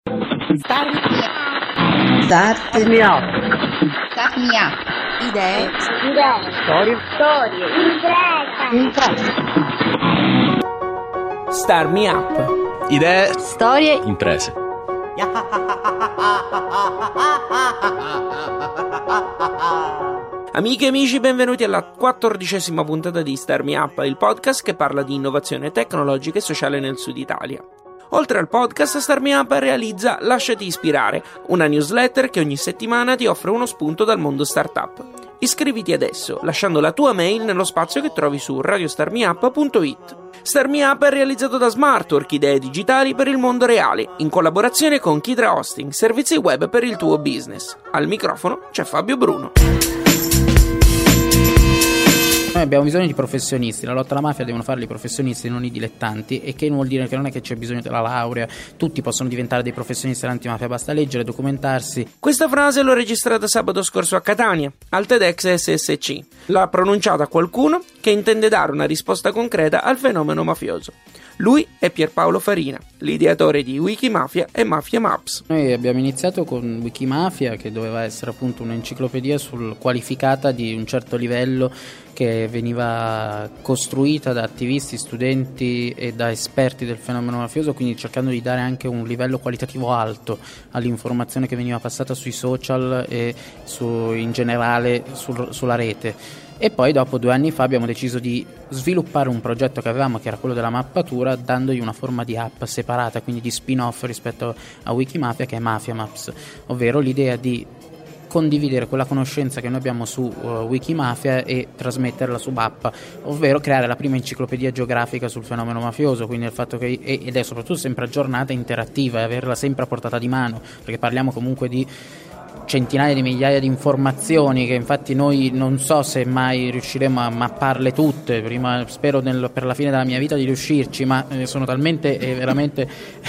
Start me up. Idee. Storie. Imprese. Start me up. Idee. Storie. Imprese. Amiche e amici, benvenuti alla 14ª puntata di Start Me Up, il podcast che parla di innovazione tecnologica e sociale nel Sud Italia. Oltre al podcast, Start Me Up realizza Lasciati Ispirare, una newsletter che ogni settimana ti offre uno spunto dal mondo startup. Iscriviti adesso, lasciando la tua mail nello spazio che trovi su radiostarmeup.it. Start Me Up è realizzato da Smartwork, idee digitali per il mondo reale, in collaborazione con Kidra Hosting, servizi web per il tuo business. Al microfono c'è Fabio Bruno. Noi abbiamo bisogno di professionisti, la lotta alla mafia devono farli i professionisti, non i dilettanti, e che vuol dire che non è che c'è bisogno della laurea, tutti possono diventare dei professionisti dell'antimafia, basta leggere, documentarsi. Questa frase l'ho registrata sabato scorso a Catania, al TEDx SSC. L'ha pronunciata qualcuno che intende dare una risposta concreta al fenomeno mafioso. Lui è Pierpaolo Farina, l'ideatore di Wikimafia e Mafia Maps. Noi abbiamo iniziato con Wikimafia, che doveva essere appunto un'enciclopedia qualificata di un certo livello, che veniva costruita da attivisti, studenti e da esperti del fenomeno mafioso, quindi cercando di dare anche un livello qualitativo alto all'informazione che veniva passata sui social e in generale sulla rete. E poi dopo 2 anni fa abbiamo deciso di sviluppare un progetto che avevamo, che era quello della mappatura, dandogli una forma di app separata, quindi di spin-off rispetto a Wikimafia, che è Mafia Maps, ovvero l'idea di condividere quella conoscenza che noi abbiamo su Wikimafia e trasmetterla su mappa, ovvero creare la prima enciclopedia geografica sul fenomeno mafioso, quindi il fatto che ed è soprattutto sempre aggiornata e interattiva e averla sempre a portata di mano, perché parliamo comunque di centinaia di migliaia di informazioni che infatti noi non so se mai riusciremo a mapparle tutte. Prima spero per la fine della mia vita di riuscirci, ma sono talmente veramente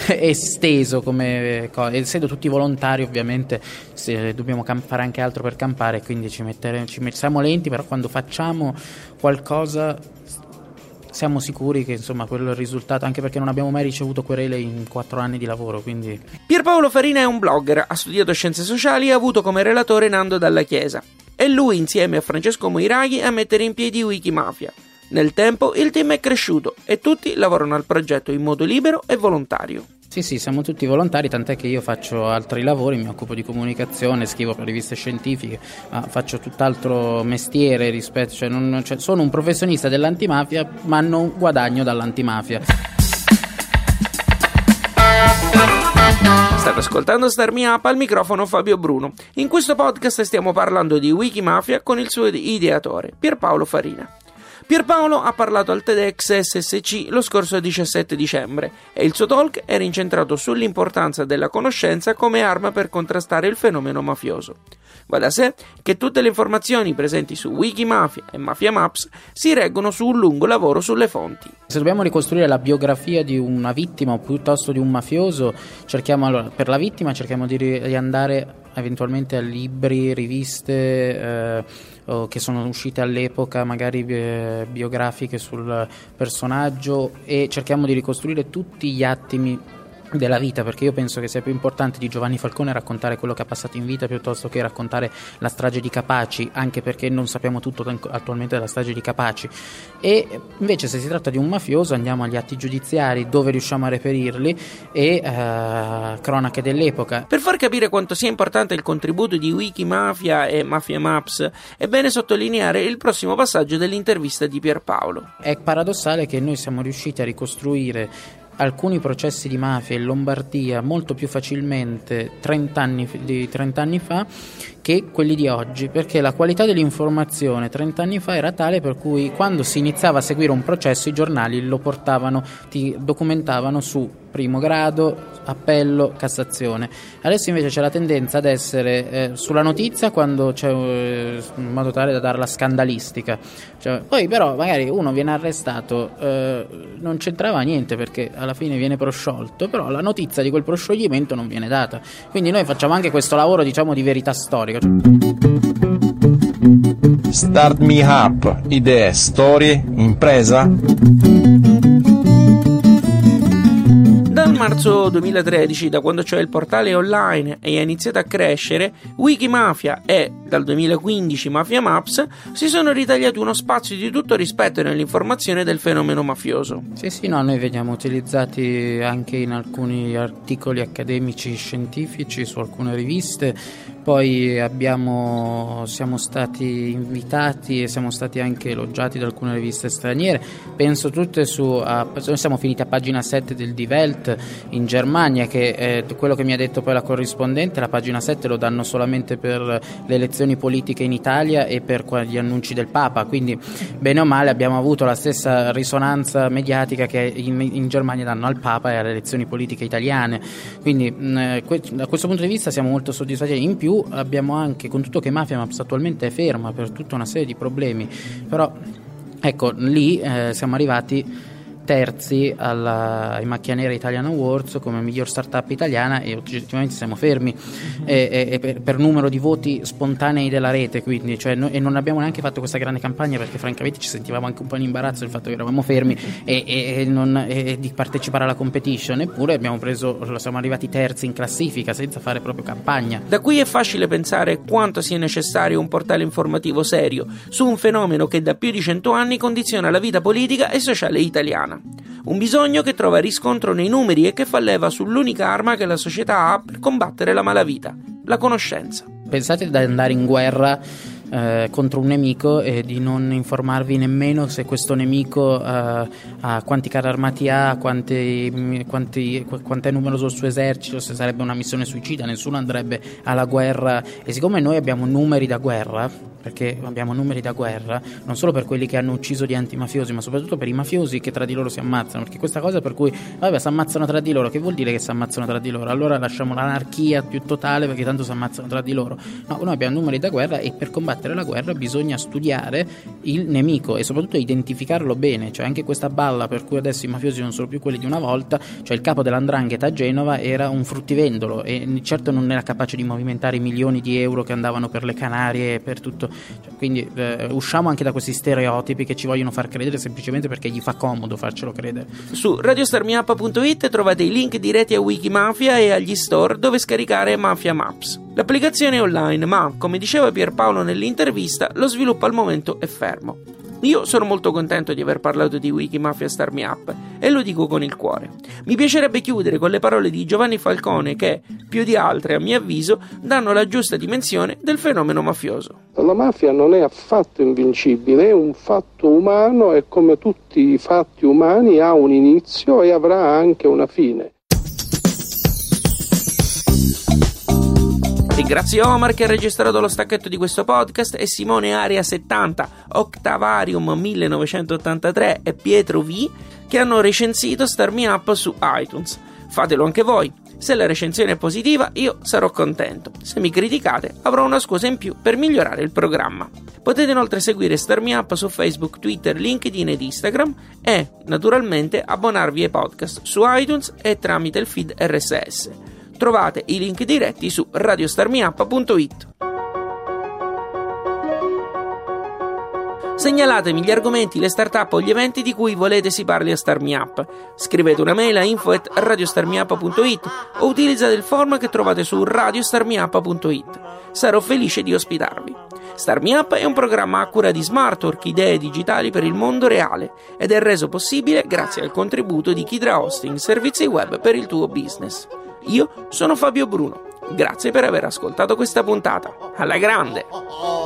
esteso come essendo tutti volontari, ovviamente dobbiamo fare anche altro per campare, quindi ci siamo lenti, però quando facciamo qualcosa siamo sicuri che insomma quello è il risultato, anche perché non abbiamo mai ricevuto querele in 4 anni di lavoro. Quindi Pierpaolo Farina è un blogger, ha studiato scienze sociali e ha avuto come relatore Nando Dalla Chiesa. È lui, insieme a Francesco Moiraghi, a mettere in piedi Wikimafia. Nel tempo il team è cresciuto e tutti lavorano al progetto in modo libero e volontario. Sì, siamo tutti volontari, tant'è che io faccio altri lavori, mi occupo di comunicazione, scrivo per riviste scientifiche, ma faccio tutt'altro mestiere rispetto, sono un professionista dell'antimafia, ma non guadagno dall'antimafia. State ascoltando Start Me Up, al microfono Fabio Bruno. In questo podcast stiamo parlando di Wikimafia con il suo ideatore, Pierpaolo Farina. Pierpaolo ha parlato al TEDx SSC lo scorso 17 dicembre e il suo talk era incentrato sull'importanza della conoscenza come arma per contrastare il fenomeno mafioso. Va da sé che tutte le informazioni presenti su Wikimafia e Mafia Maps si reggono su un lungo lavoro sulle fonti. Se dobbiamo ricostruire la biografia di una vittima o piuttosto di un mafioso, per la vittima cerchiamo di andare eventualmente a libri, riviste che sono uscite all'epoca, magari biografiche sul personaggio, e cerchiamo di ricostruire tutti gli attimi della vita, perché io penso che sia più importante di Giovanni Falcone raccontare quello che ha passato in vita piuttosto che raccontare la strage di Capaci, anche perché non sappiamo tutto attualmente della strage di Capaci. E invece se si tratta di un mafioso andiamo agli atti giudiziari, dove riusciamo a reperirli, e cronache dell'epoca. Per far capire quanto sia importante il contributo di Wikimafia e Mafia Maps è bene sottolineare il prossimo passaggio dell'intervista di Pierpaolo. È paradossale che noi siamo riusciti a ricostruire alcuni processi di mafia in Lombardia molto più facilmente 30 anni fa che quelli di oggi, perché la qualità dell'informazione 30 anni fa era tale per cui quando si iniziava a seguire un processo i giornali lo documentavano su primo grado, appello, Cassazione. Adesso invece c'è la tendenza ad essere sulla notizia quando c'è in modo tale da darla scandalistica, poi però magari uno viene arrestato, non c'entrava niente perché alla fine viene prosciolto, però la notizia di quel proscioglimento non viene data, quindi noi facciamo anche questo lavoro di verità storica. Start Me Up, idee, storie, impresa. marzo 2013, da quando c'è il portale online e ha iniziato a crescere, Wikimafia e, dal 2015, Mafia Maps si sono ritagliati uno spazio di tutto rispetto nell'informazione del fenomeno mafioso. Sì, no, noi veniamo utilizzati anche in alcuni articoli accademici scientifici su alcune riviste, poi siamo stati invitati e siamo stati anche elogiati da alcune riviste straniere, penso tutte noi siamo finiti a pagina 7 del Die Welt in Germania, che è quello che mi ha detto poi la corrispondente, la pagina 7 lo danno solamente per le elezioni politiche in Italia e per gli annunci del Papa, quindi bene o male abbiamo avuto la stessa risonanza mediatica che in Germania danno al Papa e alle elezioni politiche italiane, quindi da questo punto di vista siamo molto soddisfatti. In più abbiamo anche, con tutto che Mafia Maps attualmente è ferma per tutta una serie di problemi, però ecco lì siamo arrivati terzi ai Macchia Nera Italian Awards come miglior startup italiana e oggettivamente siamo fermi per numero di voti spontanei della rete, quindi e non abbiamo neanche fatto questa grande campagna perché francamente ci sentivamo anche un po' in imbarazzo del fatto che eravamo fermi e di partecipare alla competition, eppure siamo arrivati terzi in classifica senza fare proprio campagna. Da qui è facile pensare quanto sia necessario un portale informativo serio su un fenomeno che da più di 100 anni condiziona la vita politica e sociale italiana. Un bisogno che trova riscontro nei numeri e che fa leva sull'unica arma che la società ha per combattere la malavita, la conoscenza. Pensate ad andare in guerra contro un nemico e di non informarvi nemmeno se questo nemico ha quanti carri armati ha, quanto è numeroso il suo esercito, se sarebbe una missione suicida. Nessuno andrebbe alla guerra, e siccome noi abbiamo numeri da guerra, perché abbiamo numeri da guerra non solo per quelli che hanno ucciso gli antimafiosi, ma soprattutto per i mafiosi che tra di loro si ammazzano, perché questa cosa per cui si ammazzano tra di loro, che vuol dire che si ammazzano tra di loro? Allora lasciamo l'anarchia più totale perché tanto si ammazzano tra di loro. No, noi abbiamo numeri da guerra e per combattere la guerra bisogna studiare il nemico e soprattutto identificarlo bene, cioè anche questa balla per cui adesso i mafiosi non sono più quelli di una volta, cioè il capo dell''ndrangheta a Genova era un fruttivendolo e certo non era capace di movimentare i milioni di euro che andavano per le Canarie e per tutto. Quindi usciamo anche da questi stereotipi che ci vogliono far credere semplicemente perché gli fa comodo farcelo credere. Su radiostarmiup.it trovate i link diretti a Wikimafia e agli store dove scaricare Mafia Maps. L'applicazione è online, ma come diceva Pierpaolo nell'intervista, lo sviluppo al momento è fermo. Io sono molto contento di aver parlato di Wikimafia Start Me Up e lo dico con il cuore. Mi piacerebbe chiudere con le parole di Giovanni Falcone che, più di altre a mio avviso, danno la giusta dimensione del fenomeno mafioso. La mafia non è affatto invincibile, è un fatto umano e come tutti i fatti umani ha un inizio e avrà anche una fine. Ringrazio Omar che ha registrato lo stacchetto di questo podcast e Simone Aria 70, Octavarium 1983 e Pietro V che hanno recensito Start Me Up su iTunes. Fatelo anche voi. Se la recensione è positiva io sarò contento. Se mi criticate avrò una scusa in più per migliorare il programma. Potete inoltre seguire Start Me Up su Facebook, Twitter, LinkedIn ed Instagram e naturalmente abbonarvi ai podcast su iTunes e tramite il feed RSS. Trovate i link diretti su radiostarmiup.it. Segnalatemi gli argomenti, le startup o gli eventi di cui volete si parli a Start Me Up. Scrivete una mail a info@radiostarmiup.it o utilizzate il form che trovate su radiostarmiup.it. Sarò felice di ospitarvi. Start Me Up è un programma a cura di Smartwork, idee digitali per il mondo reale, ed è reso possibile grazie al contributo di Kidra Hosting, servizi web per il tuo business. Io sono Fabio Bruno. Grazie per aver ascoltato questa puntata. Alla grande!